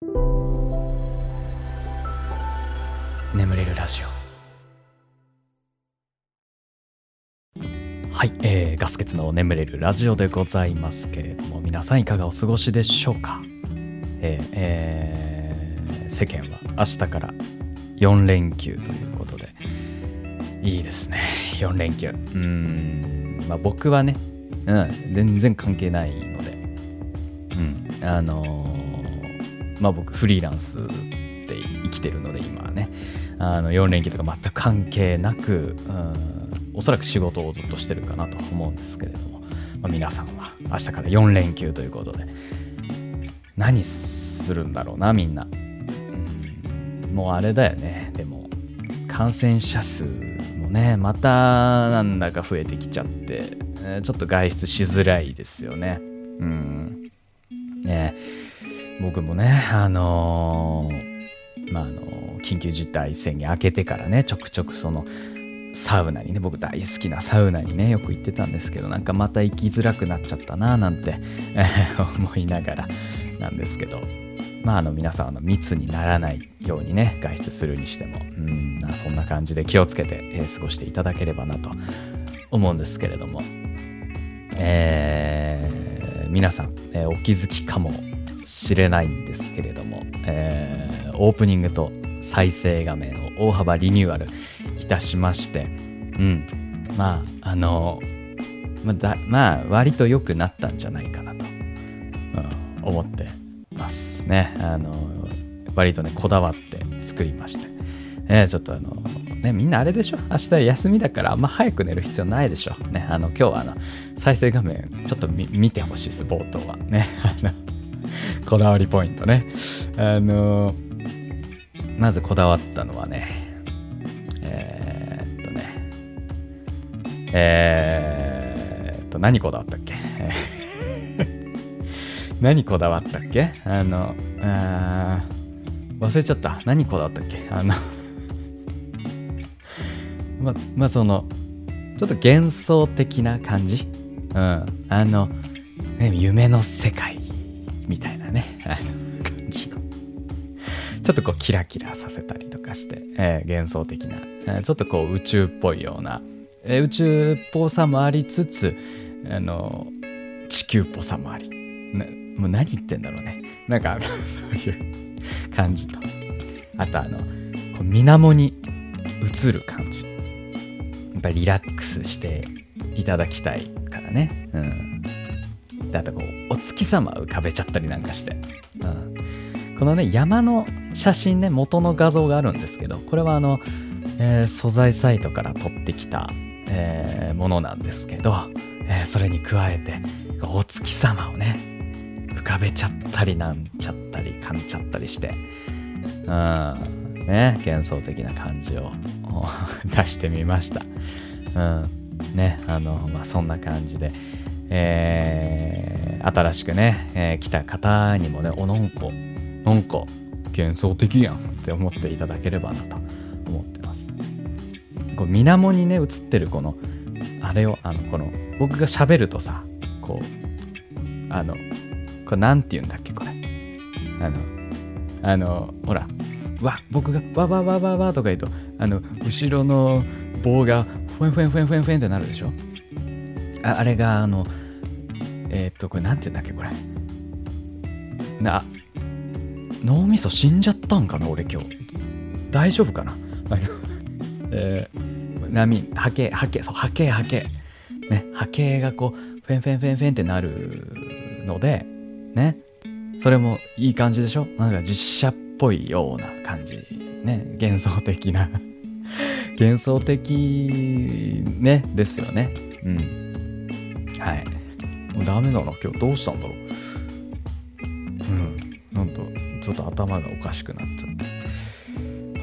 眠れるラジオ。はい、ガス欠の眠れるラジオでございますけれども、皆さんいかがお過ごしでしょうか。世間は明日から4連休ということで、いいですね、4連休。僕はね、全然関係ないので、僕フリーランスで生きてるので今はね、4連休とか全く関係なく、おそらく仕事をずっとしてるかなと思うんですけれども、皆さんは明日から4連休ということで、何するんだろうな、みんな。もうあれだよね。でも感染者数もね、またなんだか増えてきちゃって、ちょっと外出しづらいですよね。僕もね、緊急事態宣言明けてからね、ちょくちょくそのサウナにね、僕大好きなサウナにねよく行ってたんですけど、なんかまた行きづらくなっちゃったななんて思いながらなんですけど、皆さん密にならないようにね、外出するにしてもそんな感じで気をつけて、過ごしていただければなと思うんですけれども、皆さん、お気づきかもしれないんですけれども、オープニングと再生画面を大幅リニューアルいたしまして、割と良くなったんじゃないかなと、思ってますね。割とねこだわって作りまして、ちょっとみんなあれでしょ、明日休みだからあんま早く寝る必要ないでしょね。今日は再生画面ちょっと見てほしいです。冒頭はねこだわりポイントね。まずこだわったのはね、何こだわったっけ何こだわったっけ忘れちゃった。何こだわったっけそのちょっと幻想的な感じ、夢の世界みたいなね感じのちょっとこうキラキラさせたりとかして、幻想的な、ちょっとこう宇宙っぽいような、宇宙っぽさもありつつ、地球っぽさもあり、もう何言ってんだろうね、なんかそういう感じと、あとこう水面に映る感じ、やっぱりリラックスしていただきたいからね。であとこうお月様浮かべちゃったりなんかして、このね山の写真ね、元の画像があるんですけど、これは素材サイトから撮ってきた、ものなんですけど、それに加えてお月様をね浮かべちゃったりなんちゃったりかんちゃったりして、幻想的な感じを出してみました。そんな感じで、新しくね、来た方にもね、なんか幻想的やんって思っていただければなと思ってます。こう水面にね映ってるこのあれをこの僕が喋るとさ、こうこれなんて言うんだっけ、これほら、僕がわとか言うと後ろの棒がフェンフェンフェンフェンフェンってなるでしょ。あれがこれなんて言うんだっけ、これ脳みそ死んじゃったんかな俺今日、大丈夫かな波形ね、波形がこうフェンフェンフェンフェンってなるのでね、それもいい感じでしょ。なんか実写っぽいような感じね、幻想的な幻想的ねですよね。はい。もうダメだな、今日どうしたんだろう。なんとちょっと頭がおかしくなっちゃって、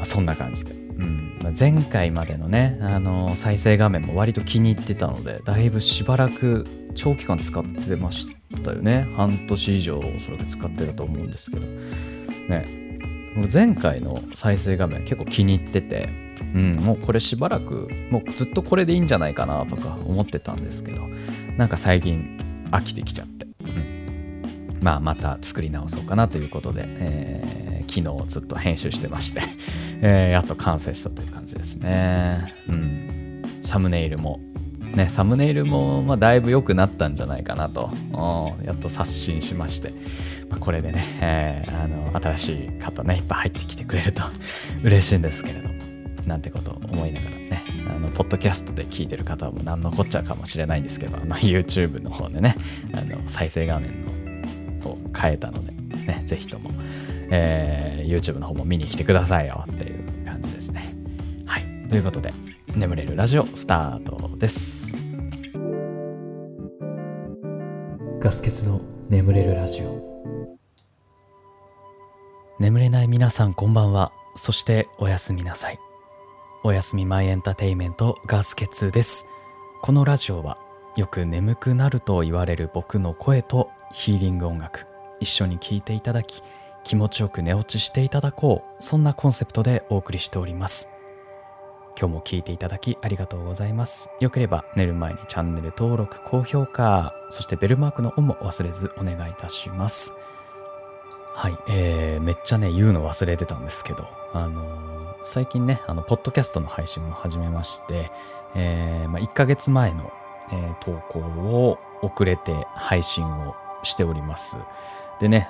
そんな感じで、前回までのね再生画面も割と気に入ってたので、だいぶしばらく長期間使ってましたよね。半年以上おそらく使ってたと思うんですけどね。前回の再生画面結構気に入ってて、もうこれしばらくもうずっとこれでいいんじゃないかなとか思ってたんですけど、なんか最近飽きてきちゃって、 また作り直そうかなということで、昨日ずっと編集してましてやっと完成したという感じですね。サムネイルもだいぶ良くなったんじゃないかなとやっと刷新しまして、これでね、新しい方ねいっぱい入ってきてくれると嬉しいんですけれども、なんてことを思いながらね、ポッドキャストで聞いてる方はもう何のこっちゃかもしれないんですけど、YouTube の方でね再生画面を変えたのでね、ぜひとも、YouTube の方も見に来てくださいよっていう感じですね。はい、ということで眠れるラジオスタートです。ガス欠の眠れるラジオ。眠れない皆さんこんばんは。そしておやすみなさい。おやすみマイエンターテイメントガス欠です。このラジオはよく眠くなると言われる僕の声とヒーリング音楽一緒に聴いていただき、気持ちよく寝落ちしていただこう、そんなコンセプトでお送りしております。今日も聞いていただきありがとうございます。よければ寝る前にチャンネル登録、高評価、そしてベルマークのオンも忘れずお願いいたします。はい、めっちゃね言うの忘れてたんですけど、最近ねポッドキャストの配信も始めまして、1ヶ月前の、投稿を遅れて配信をしております。でね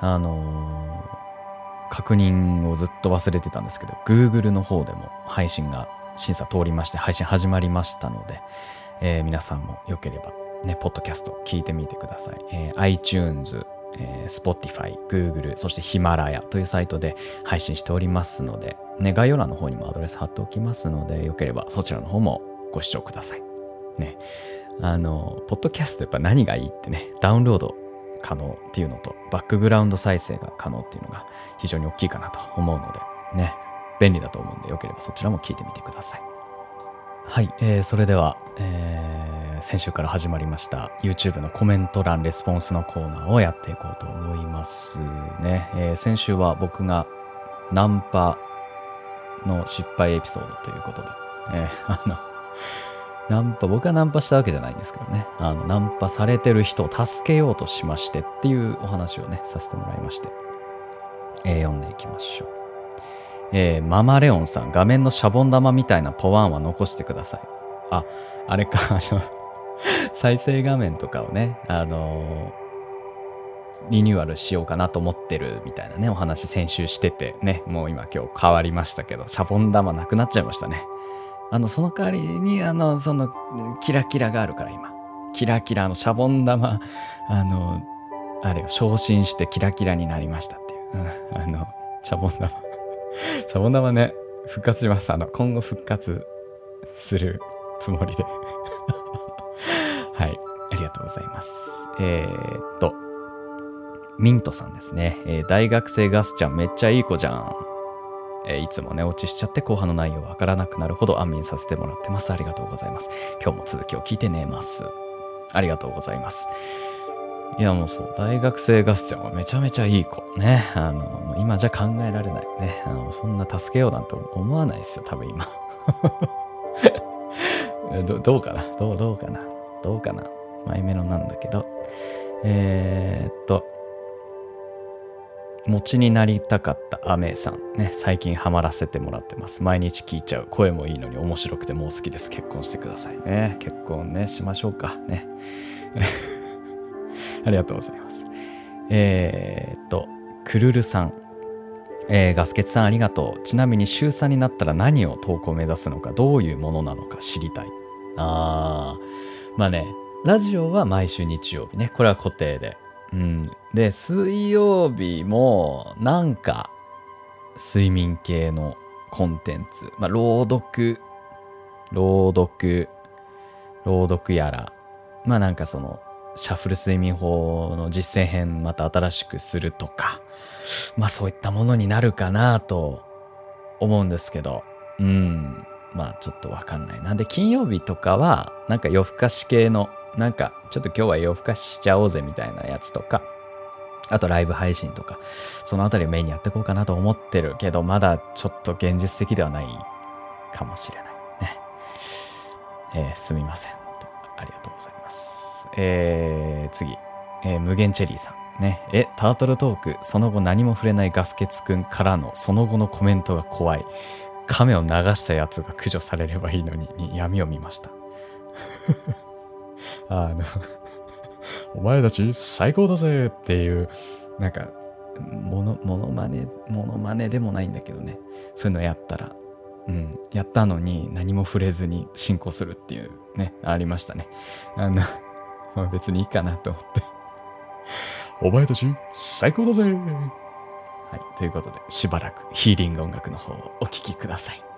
確認をずっと忘れてたんですけど、 Google の方でも配信が審査通りまして配信始まりましたので、皆さんもよければねポッドキャスト聞いてみてください。iTunes、Spotify、Google、そしてヒマラヤというサイトで配信しておりますので、ね、概要欄の方にもアドレス貼っておきますので、よければそちらの方もご視聴くださいね。ポッドキャストやっぱ何がいいってね、ダウンロード可能っていうのとバックグラウンド再生が可能っていうのが非常に大きいかなと思うのでね、便利だと思うんで、よければそちらも聞いてみてください。はい、それでは、先週から始まりました YouTube のコメント欄レスポンスのコーナーをやっていこうと思いますね。先週は僕がナンパの失敗エピソードということで、僕がナンパしたわけじゃないんですけどね、ナンパされてる人を助けようとしましてっていうお話をねさせてもらいまして、読んでいきましょう。ママレオンさん、画面のシャボン玉みたいなポワンは残してください。あれか、再生画面とかをねリニューアルしようかなと思ってるみたいなねお話先週しててね、もう今変わりましたけど、シャボン玉なくなっちゃいましたね。その代わりにそのキラキラがあるから、今キラキラのシャボン玉あれを昇進してキラキラになりましたっていう、シャボン玉ね復活します。今後復活するつもりではい、ありがとうございます。ミントさんですね、大学生ガスちゃんめっちゃいい子じゃん。いつも寝落ちしちゃって後半の内容わからなくなるほど安眠させてもらってます。ありがとうございます。今日も続きを聞いて寝ます。ありがとうございます。いやもうそう、大学生ガスちゃんはめちゃめちゃいい子ね。もう今じゃ考えられないね。そんな助けようなんて思わないですよ多分今どうかなどうかなマイメロなんだけど、餅になりたかったアメさんね、最近ハマらせてもらってます。毎日聞いちゃう。声もいいのに面白くてもう好きです。結婚してくださいね。結婚ねしましょうかねありがとうございます。クルルさん、ガスケツさんありがとう。ちなみに週3になったら何を投稿を目指すのか、どういうものなのか知りたい。まあね、ラジオは毎週日曜日ね、これは固定で、で水曜日もなんか睡眠系のコンテンツ、朗読やら、なんかそのシャッフル睡眠法の実践編また新しくするとか、そういったものになるかなと思うんですけど、ちょっとわかんないな。で金曜日とかはなんか夜更かし系の、なんかちょっと今日は夜更かししちゃおうぜみたいなやつとか、あとライブ配信とか、そのあたりをメインにやっていこうかなと思ってるけど、まだちょっと現実的ではないかもしれないね。すみません。本当ありがとうございます。次、無限チェリーさん。 ね、タートルトーク、その後何も触れないガスケツくんからのその後のコメントが怖い。亀を流したやつが駆除されればいいのに闇を見ました。お前たち最高だぜっていう、なんか、モノマネでもないんだけどね。そういうのやったら、やったのに何も触れずに進行するっていうね、ありましたね。まあ別にいいかなと思って。お前たち最高だぜ。はい、ということで、しばらくヒーリング音楽の方をお聴きください。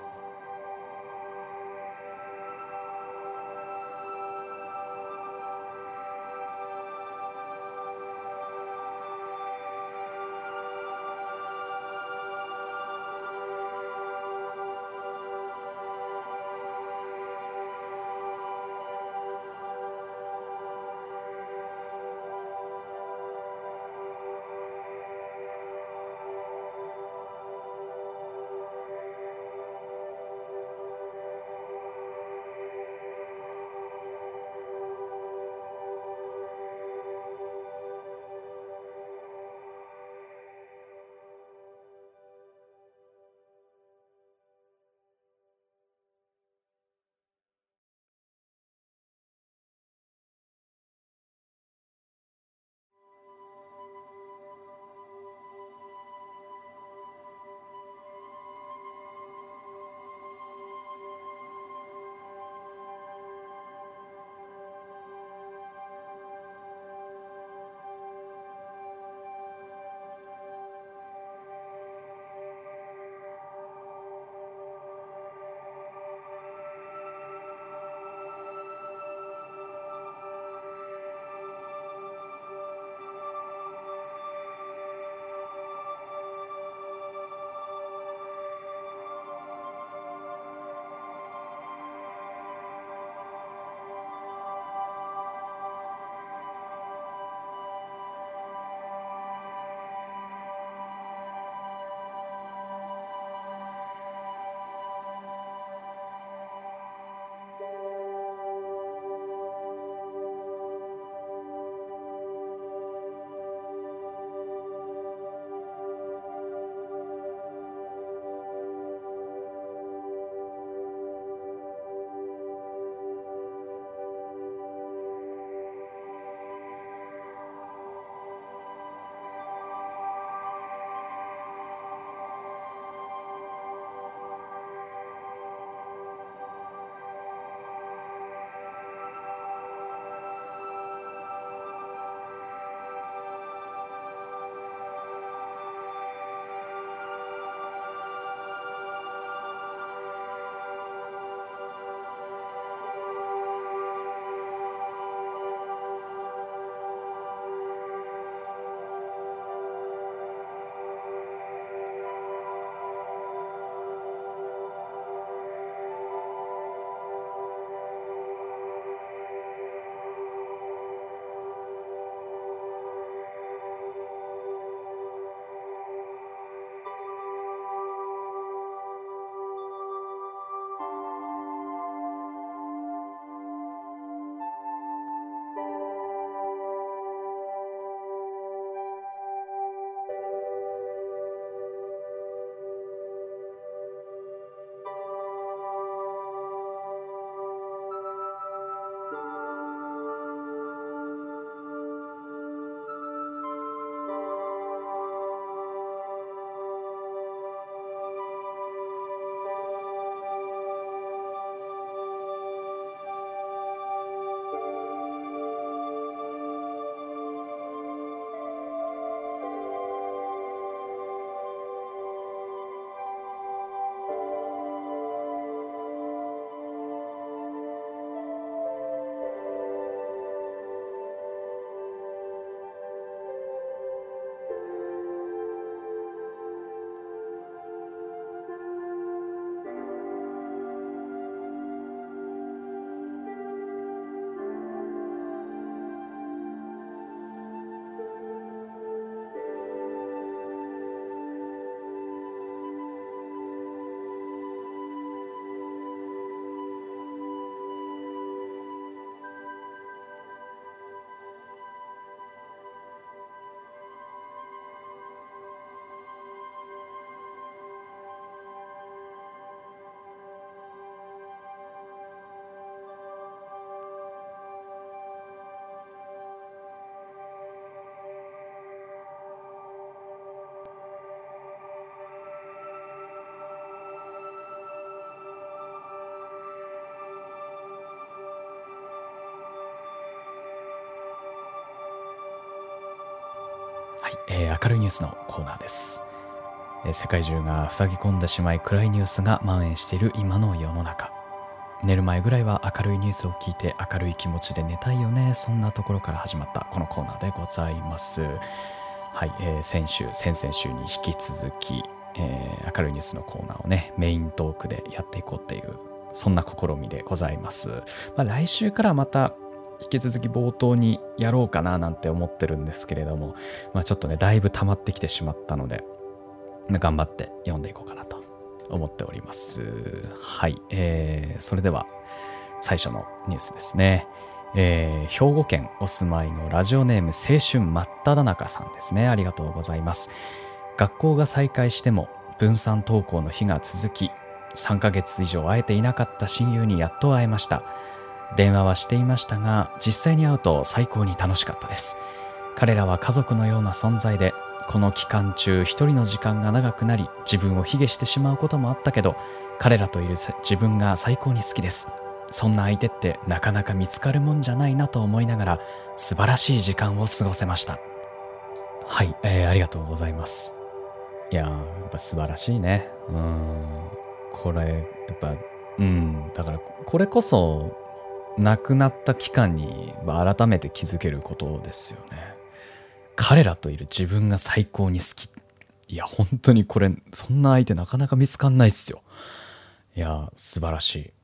明るいニュースのコーナーです。世界中が塞ぎ込んでしまい暗いニュースが蔓延している今の世の中。寝る前ぐらいは明るいニュースを聞いて明るい気持ちで寝たいよね。そんなところから始まったこのコーナーでございます。先々週に引き続き、明るいニュースのコーナーをねメイントークでやっていこうっていうそんな試みでございます。来週からまた引き続き冒頭にやろうかななんて思ってるんですけれども、ちょっとねだいぶ溜まってきてしまったので、頑張って読んでいこうかなと思っております。それでは最初のニュースですね。兵庫県お住まいのラジオネーム青春真っ只中さんですね。ありがとうございます。学校が再開しても分散登校の日が続き、3ヶ月以上会えていなかった親友にやっと会えました。電話はしていましたが、実際に会うと最高に楽しかったです。彼らは家族のような存在で、この期間中一人の時間が長くなり自分を卑下してしまうこともあったけど、彼らといる自分が最高に好きです。そんな相手ってなかなか見つかるもんじゃないなと思いながら素晴らしい時間を過ごせました。ありがとうございます。やっぱ素晴らしいね。これやっぱだからこれこそ亡くなった期間に改めて気づけることですよね。彼らといる自分が最高に好き。いや本当にこれそんな相手なかなか見つかんないっすよ。いや素晴らしい。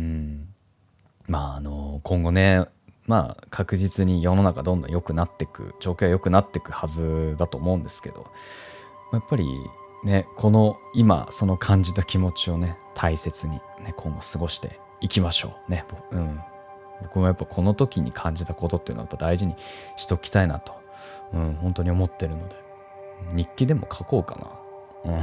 今後ね確実に世の中どんどん良くなっていく、状況は良くなっていくはずだと思うんですけど、やっぱりねこの今その感じた気持ちをね大切にね今後過ごしていきましょうね。僕もやっぱこの時に感じたことっていうのはやっぱ大事にしときたいなと、本当に思ってるので日記でも書こうかな。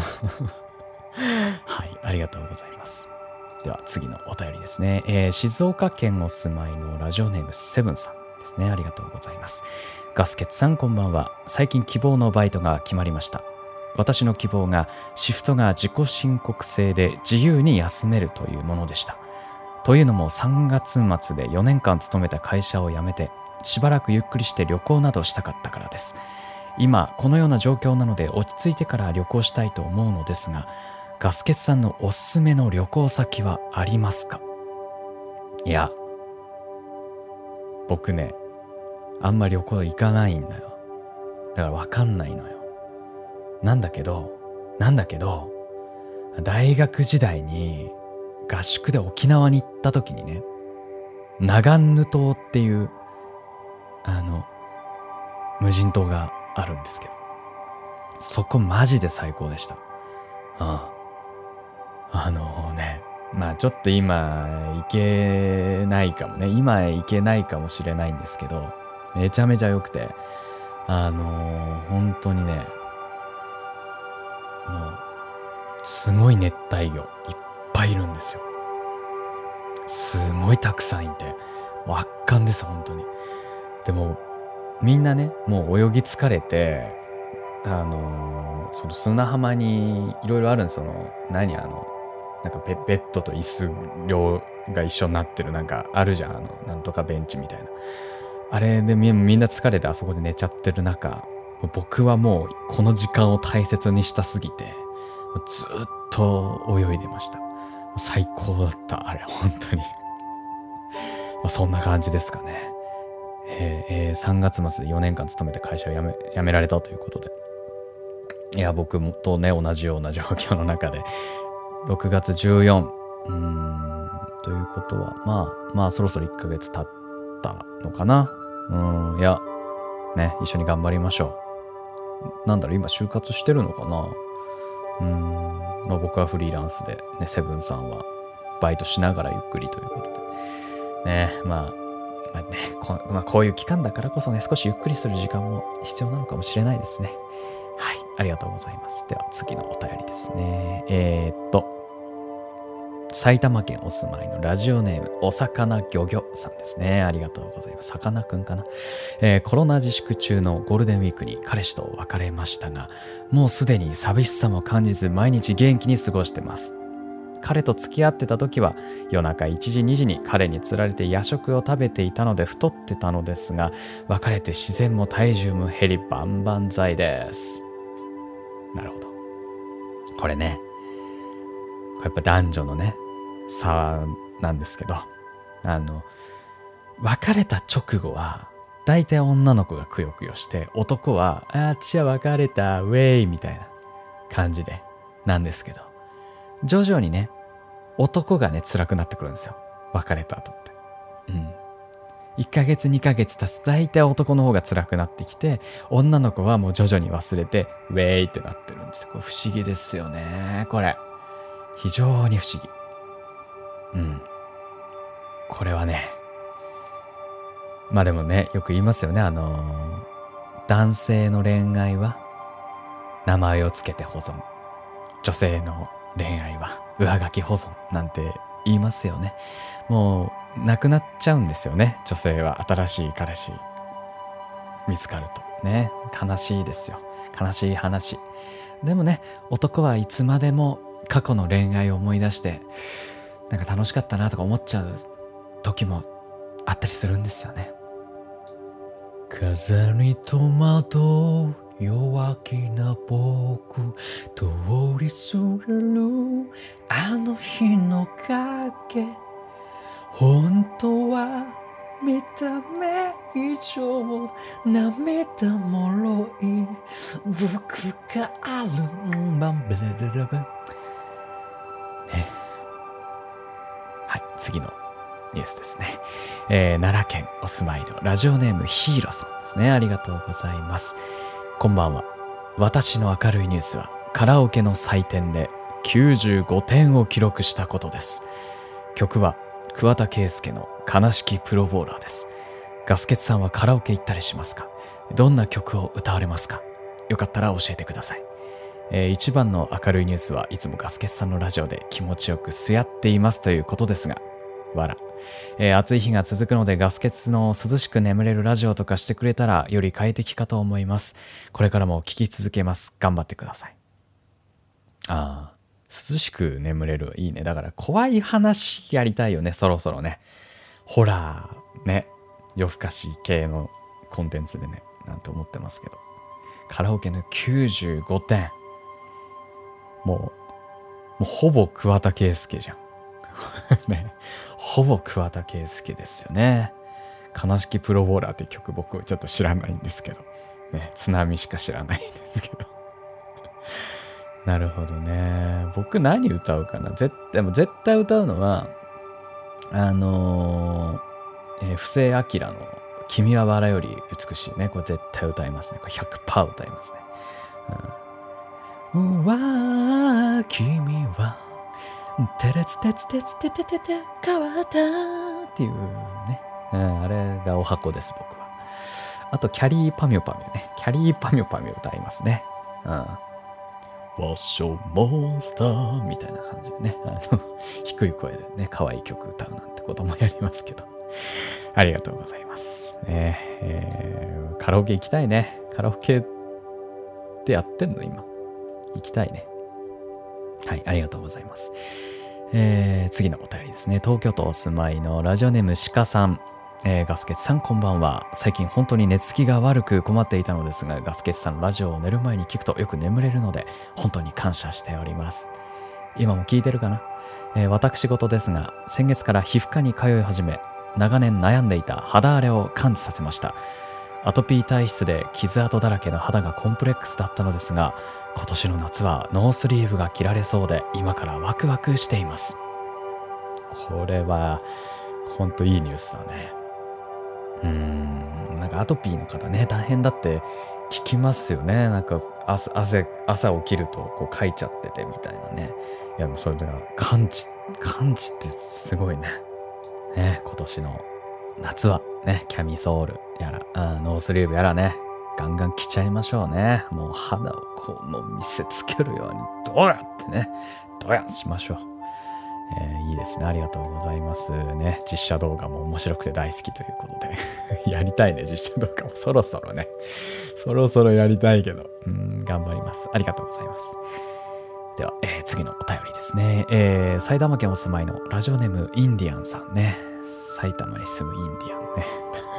ありがとうございます。では次のお便りですね。静岡県お住まいのラジオネームセブンさんですね。ありがとうございます。ガスケツさんこんばんは。最近希望のバイトが決まりました。私の希望がシフトが自己申告制で自由に休めるというものでした。というのも3月末で4年間勤めた会社を辞めてしばらくゆっくりして旅行などしたかったからです。今このような状況なので落ち着いてから旅行したいと思うのですが、ガスケツさんのおすすめの旅行先はありますか？いや僕ねあんまり旅行行かないんだよ。だから分かんないのよ。なんだけど大学時代に合宿で沖縄に行った時にね、長ヌ島っていう無人島があるんですけど、そこマジで最高でした。ちょっと今行けないかもね。今行けないかもしれないんですけど、めちゃめちゃ良くて、本当にね、もうすごい熱帯魚いっぱいいるんですよ。すごいたくさんいて、もう圧巻です本当に。でもみんなねもう泳ぎ疲れて、その砂浜にいろいろあるんです。なんかベッドと椅子両が一緒になってるなんかあるじゃん、なんとかベンチみたいな、あれでみんな疲れてあそこで寝ちゃってる中、僕はもうこの時間を大切にしたすぎてずっと泳いでました。最高だったあれ本当に。そんな感じですかね。3月末で4年間勤めて会社を辞められたということで、いや僕とね同じような状況の中で6月14ということはそろそろ1ヶ月経ったのかな。いやね一緒に頑張りましょう。今就活してるのかな。僕はフリーランスでね、セブンさんはバイトしながらゆっくりということでね、こういう期間だからこそね少しゆっくりする時間も必要なのかもしれないですね。ありがとうございます。では次のお便りですね。埼玉県お住まいのラジオネームお魚ギョギョさんですね。ありがとうございます。さかなクンかな。コロナ自粛中のゴールデンウィークに彼氏と別れましたが、もうすでに寂しさも感じず毎日元気に過ごしてます。 彼と付き合ってた時は夜中1時2時に彼に釣られて夜食を食べていたので太ってたのですが、別れて自然も体重も減り万々歳です。なるほど。これね、これやっぱ男女のね差なんですけど、別れた直後は大体女の子がくよくよして、男はあっちは別れたウェイみたいな感じでなんですけど、徐々にね男がね辛くなってくるんですよ、別れた後って。1ヶ月2ヶ月経つと大体男の方が辛くなってきて、女の子はもう徐々に忘れてウェイってなってるんですよ。これ不思議ですよね、これ非常に不思議。これはね、まあでもね、よく言いますよね、男性の恋愛は名前をつけて保存、女性の恋愛は上書き保存なんて言いますよね。もうなくなっちゃうんですよね、女性は。新しい彼氏見つかるとね、悲しいですよ、悲しい話。でもね、男はいつまでも過去の恋愛を思い出してなんか楽しかったなとか思っちゃう時もあったりするんですよね。風に戸惑う弱気な僕、通り過ぎるあの日の影、本当は見た目以上涙もろい僕があるんばんべれれれべね。はい、次のニュースですね。奈良県お住まいのラジオネームヒーロさんですね。ありがとうございます。こんばんは。私の明るいニュースはカラオケの採点で95点を記録したことです。曲は桑田佳祐の悲しきプロボーラーです。ガスケツさんはカラオケ行ったりしますか？どんな曲を歌われますか？よかったら教えてください。一番の明るいニュースはいつもガスケツさんのラジオで気持ちよくすやっていますということですが、わら。暑い日が続くのでガスケツの涼しく眠れるラジオとかしてくれたらより快適かと思います。これからも聞き続けます。頑張ってください。涼しく眠れる、いいね。だから怖い話やりたいよね、そろそろね。ホラーね、夜更かし系のコンテンツでね、なんて思ってますけど、カラオケの95点、もうほぼ桑田佳祐じゃんね、ほぼ桑田佳祐ですよね。悲しきプロボーラーっていう曲、僕ちょっと知らないんですけどね、津波しか知らないんですけどなるほどね。僕何歌うかな。でも絶対歌うのは布施明の君は薔薇より美しいね。これ絶対歌いますね。これ 100% 歌いますね。君はてれつてつてつてててて変わったっていうね、あれがお箱です、僕は。あとキャリーパミュパミュね、キャリーパミュパミュ歌いますね。ワッションモンスターみたいな感じでね、低い声でね可愛い曲歌うなんてこともやりますけど、ありがとうございます、カラオケ行きたいね。カラオケってやってんの今？行きたいね。はい、ありがとうございます。次のお便りですね。東京都お住まいのラジオネーム鹿さん。ガスケツさんこんばんは。最近本当に寝つきが悪く困っていたのですが、ガスケツさんのラジオを寝る前に聞くとよく眠れるので本当に感謝しております。今も聞いてるかな？私事ですが、先月から皮膚科に通い始め、長年悩んでいた肌荒れを完治させました。アトピー体質で傷跡だらけの肌がコンプレックスだったのですが、今年の夏はノースリーブが着られそうで今からワクワクしています。これは本当いいニュースだね。なんかアトピーの方ね、大変だって聞きますよね。なんか朝起きるとこうかいちゃっててみたいなね。いやもうそれで完治ってすごいね。今年の夏はね、キャミソールやらノースリーブやらね、ガンガン着ちゃいましょうね。もう肌をこうもう見せつけるようにどうやってね、どうやしましょう。いいですね。ありがとうございますね。実写動画も面白くて大好きということでやりたいね、実写動画もそろそろやりたいけど、頑張ります。ありがとうございます。 では、次のお便りですね。埼玉県お住まいのラジオネームインディアンさんね。埼玉に住むインディアンね。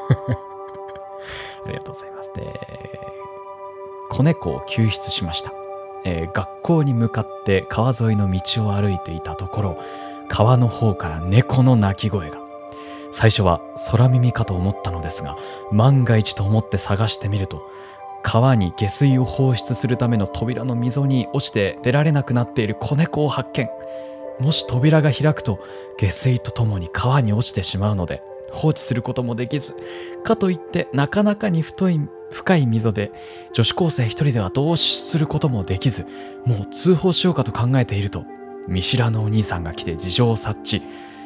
ありがとうございます。で、子猫を救出しました。学校に向かって川沿いの道を歩いていたところ、川の方から猫の鳴き声が。最初は空耳かと思ったのですが、万が一と思って探してみると、川に下水を放出するための扉の溝に落ちて出られなくなっている子猫を発見。もし扉が開くと下水とともに川に落ちてしまうので放置することもできず、かといってなかなかに深い溝で女子高生一人ではどうすることもできず、もう通報しようかと考えていると、見知らぬお兄さんが来て事情を察し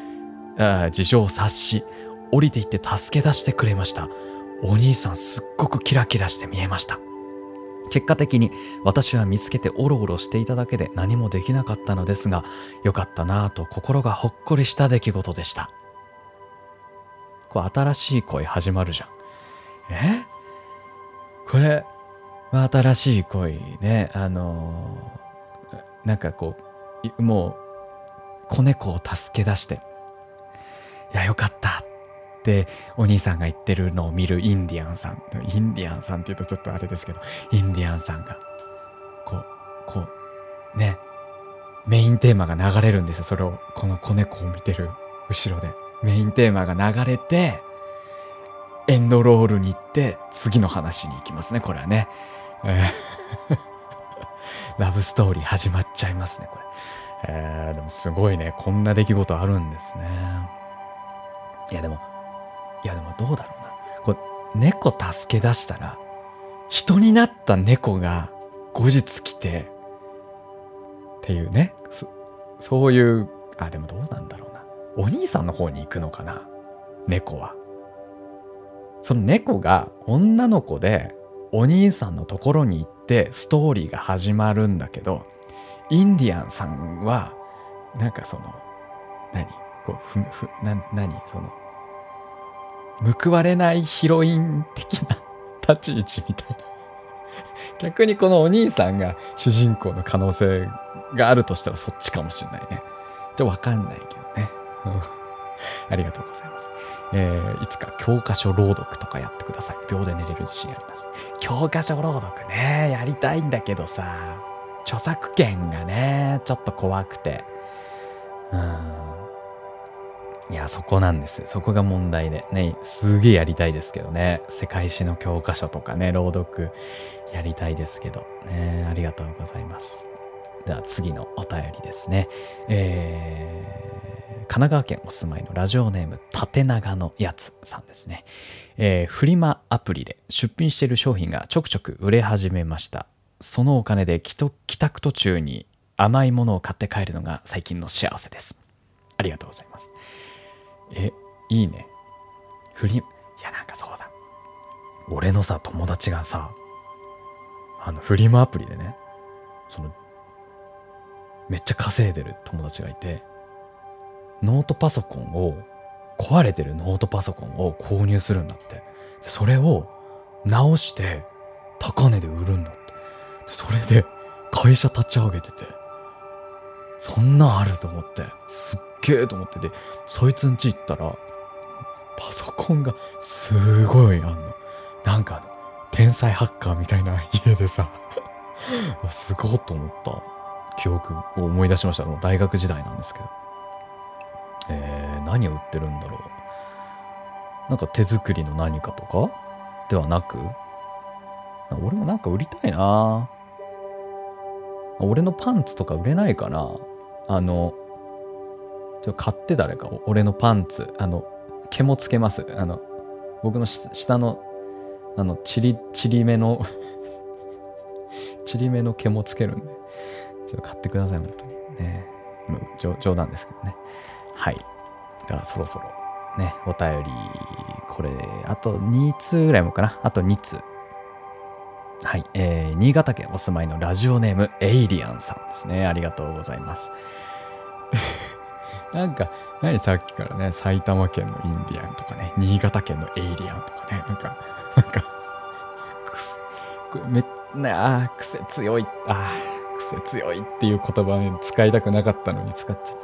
降りていって助け出してくれました。お兄さんすっごくキラキラして見えました。結果的に私は見つけてオロオロしていただけで何もできなかったのですが、よかったなぁと心がほっこりした出来事でした。これ新しい恋始まるじゃん。これ新しい恋ね。なんかこうもう子猫を助け出して、いやよかったってお兄さんが言ってるのを見るインディアンさんって言うとちょっとあれですけど、インディアンさんがこうね、メインテーマが流れるんですよ。それをこの子猫を見てる後ろでメインテーマが流れて、エンドロールに行って次の話に行きますね。これはね、ラブストーリー始まっちゃいますねこれ。でもすごいね、こんな出来事あるんですね。いやでもどうだろうな。これ猫助け出したら人になった猫が後日来てっていうね、そういう、でもどうなんだろうな。お兄さんの方に行くのかな、猫は。その猫が女の子でお兄さんのところに行ってストーリーが始まるんだけど、インディアンさんはなんかそのその報われないヒロイン的な立ち位置みたいな。逆にこのお兄さんが主人公の可能性があるとしたらそっちかもしれないね。わかんないけどね。ありがとうございます。いつか教科書朗読とかやってください。秒で寝れる自信あります。教科書朗読ね、やりたいんだけどさ、著作権がねちょっと怖くて、いやそこなんです。そこが問題でね、すげえやりたいですけどね。世界史の教科書とかね、朗読やりたいですけどね。ありがとうございます。では次のお便りですね。神奈川県お住まいのラジオネーム縦長のやつさんですね。フリマアプリで出品している商品がちょくちょく売れ始めました。そのお金で帰宅途中に甘いものを買って帰るのが最近の幸せです。ありがとうございます。いいね。いやなんかそうだ、俺のさ友達がさ、フリマアプリでね、そのめっちゃ稼いでる友達がいて、壊れてるノートパソコンを購入するんだって。でそれを直して高値で売るんだって。それで会社立ち上げてて、そんなんあると思って、すっげえと思って、でそいつん家行ったらパソコンがすごいあんの。なんか天才ハッカーみたいな家でさすごいと思った記憶を思い出しました。もう大学時代なんですけど、何を売ってるんだろう。なんか手作りの何かとかではなく、俺もなんか売りたいな。俺のパンツとか売れないかな。買って誰か俺のパンツ毛もつけます。僕の下のちりめのちりめの毛もつけるんで、ちょっと買ってください本当にね。冗談ですけどね。はい。ではそろそろね、お便りこれあと2通ぐらいもかな。あと2通。はい、新潟県お住まいのラジオネームエイリアンさんですね。ありがとうございます。なんかさっきからね、埼玉県のインディアンとかね、新潟県のエイリアンとかね、なんか癖強い、癖癖強いっていう言葉ね、使いたくなかったのに使っちゃった。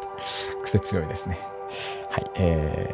癖強いですね。はい、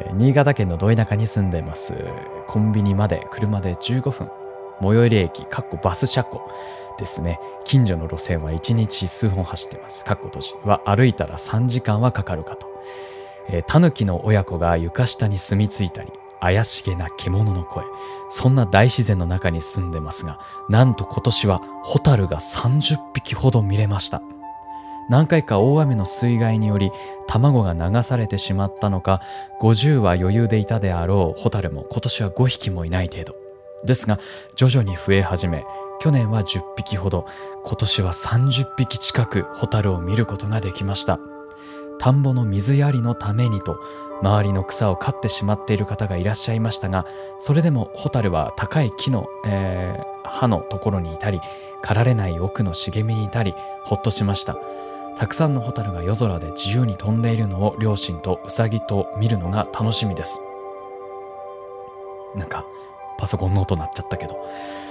新潟県のど田舎に住んでいます。コンビニまで車で15分。最寄り駅バス車庫ですね。近所の路線は1日数本走ってます。閉じは歩いたら3時間はかかるかと。タヌキの親子が床下に住み着いたり、怪しげな獣の声、そんな大自然の中に住んでますが、なんと今年はホタルが30匹ほど見れました。何回か大雨の水害により卵が流されてしまったのか、50は余裕でいたであろうホタルも今年は5匹もいない程度ですが、徐々に増え始め、去年は10匹ほど、今年は30匹近くホタルを見ることができました。田んぼの水やりのためにと周りの草を刈ってしまっている方がいらっしゃいましたが、それでもホタルは高い木の、葉のところにいたり、刈られない奥の茂みにいたり、ほっとしました。たくさんのホタルが夜空で自由に飛んでいるのを両親とウサギと見るのが楽しみです。なんかパソコンの音鳴っちゃったけど、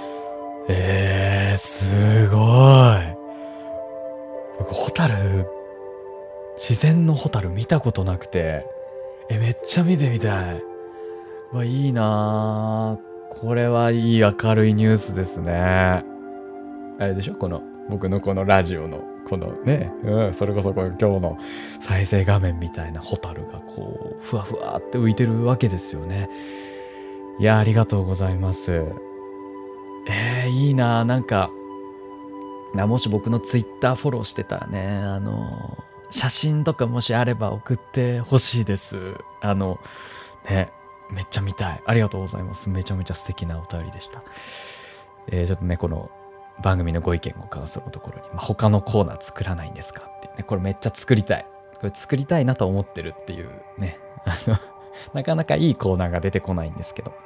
すごい。僕ホタル、自然のホタル見たことなくて、めっちゃ見てみたい。いいなぁ。これはいい明るいニュースですね。あれでしょ、僕のこのラジオのこのね、それこそ今日の再生画面みたいなホタルがこうふわふわって浮いてるわけですよね。いや、ありがとうございます。いいなぁ。なんかもし僕のツイッターフォローしてたらね、写真とかもしあれば送ってほしいです。ね、めっちゃ見たい。ありがとうございます。めちゃめちゃ素敵なお便りでした。ちょっとね、この番組のご意見ご感想のところに、他のコーナー作らないんですかっていうね、これめっちゃ作りたい。これ作りたいなと思ってるっていうね、なかなかいいコーナーが出てこないんですけど、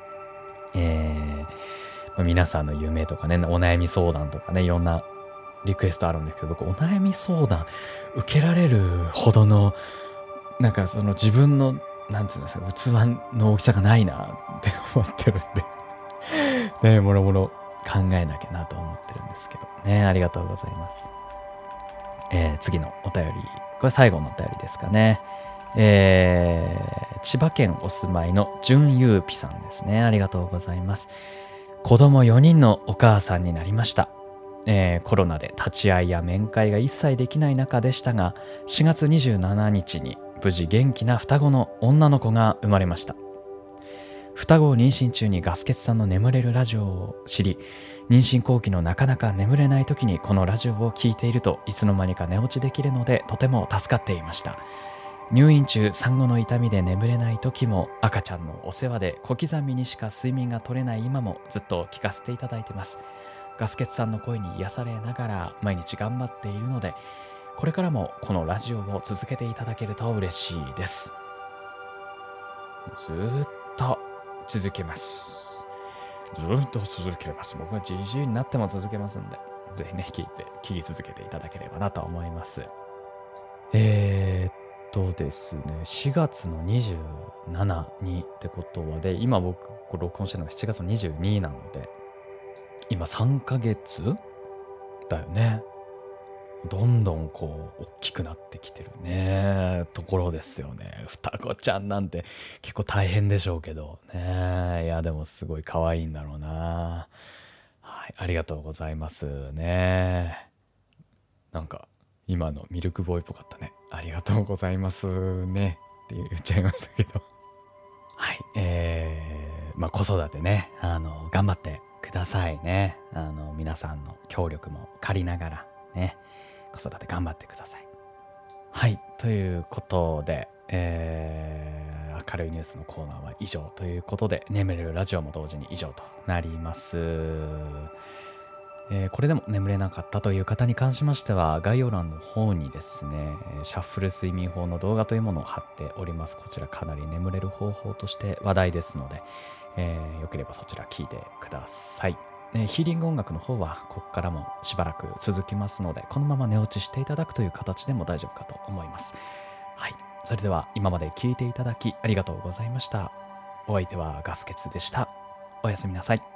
皆さんの夢とかね、お悩み相談とかね、いろんなリクエストあるんですけど、僕お悩み相談受けられるほどのなんかその自分のなんていうんですか、器の大きさがないなって思ってるんでね、もろもろ考えなきゃなと思ってるんですけどね。ありがとうございます。次のお便り、これ最後のお便りですかね。千葉県お住まいの純ゆうぴさんですね。ありがとうございます。子供4人のお母さんになりました。コロナで立ち会いや面会が一切できない中でしたが、4月27日に無事元気な双子の女の子が生まれました。双子を妊娠中にガスケツさんの眠れるラジオを知り、妊娠後期のなかなか眠れない時にこのラジオを聞いているといつの間にか寝落ちできるのでとても助かっていました。入院中、産後の痛みで眠れない時も赤ちゃんのお世話で小刻みにしか睡眠が取れない今もずっと聞かせていただいてます。ガスケツさんの声に癒されながら毎日頑張っているので、これからもこのラジオを続けていただけると嬉しいです。ずっと続けます。ずっと続けます。僕は自由になっても続けますんで、ぜひね、聞き続けていただければなと思います。ですね、4月の27にってことはで、今僕録音してるのが7月の22なので、今3ヶ月だよね。どんどんこう大きくなってきてるねところですよね。双子ちゃんなんて結構大変でしょうけどね。いやでもすごい可愛いんだろうな。はい、ありがとうございますね。なんか今のミルクボーイっぽかったね。ありがとうございますねって言っちゃいましたけどはい、子育てね、頑張ってくださいね。皆さんの協力も借りながらね、子育て頑張ってください。はい、ということで、明るいニュースのコーナーは以上ということで、眠れるラジオも同時に以上となります。これでも眠れなかったという方に関しましては、概要欄の方にですね、シャッフル睡眠法の動画というものを貼っております。こちらかなり眠れる方法として話題ですので、よければそちら聞いてください。ヒーリング音楽の方はここからもしばらく続きますので、このまま寝落ちしていただくという形でも大丈夫かと思います。はい、それでは今まで聞いていただきありがとうございました。お相手はガスケツでした。おやすみなさい。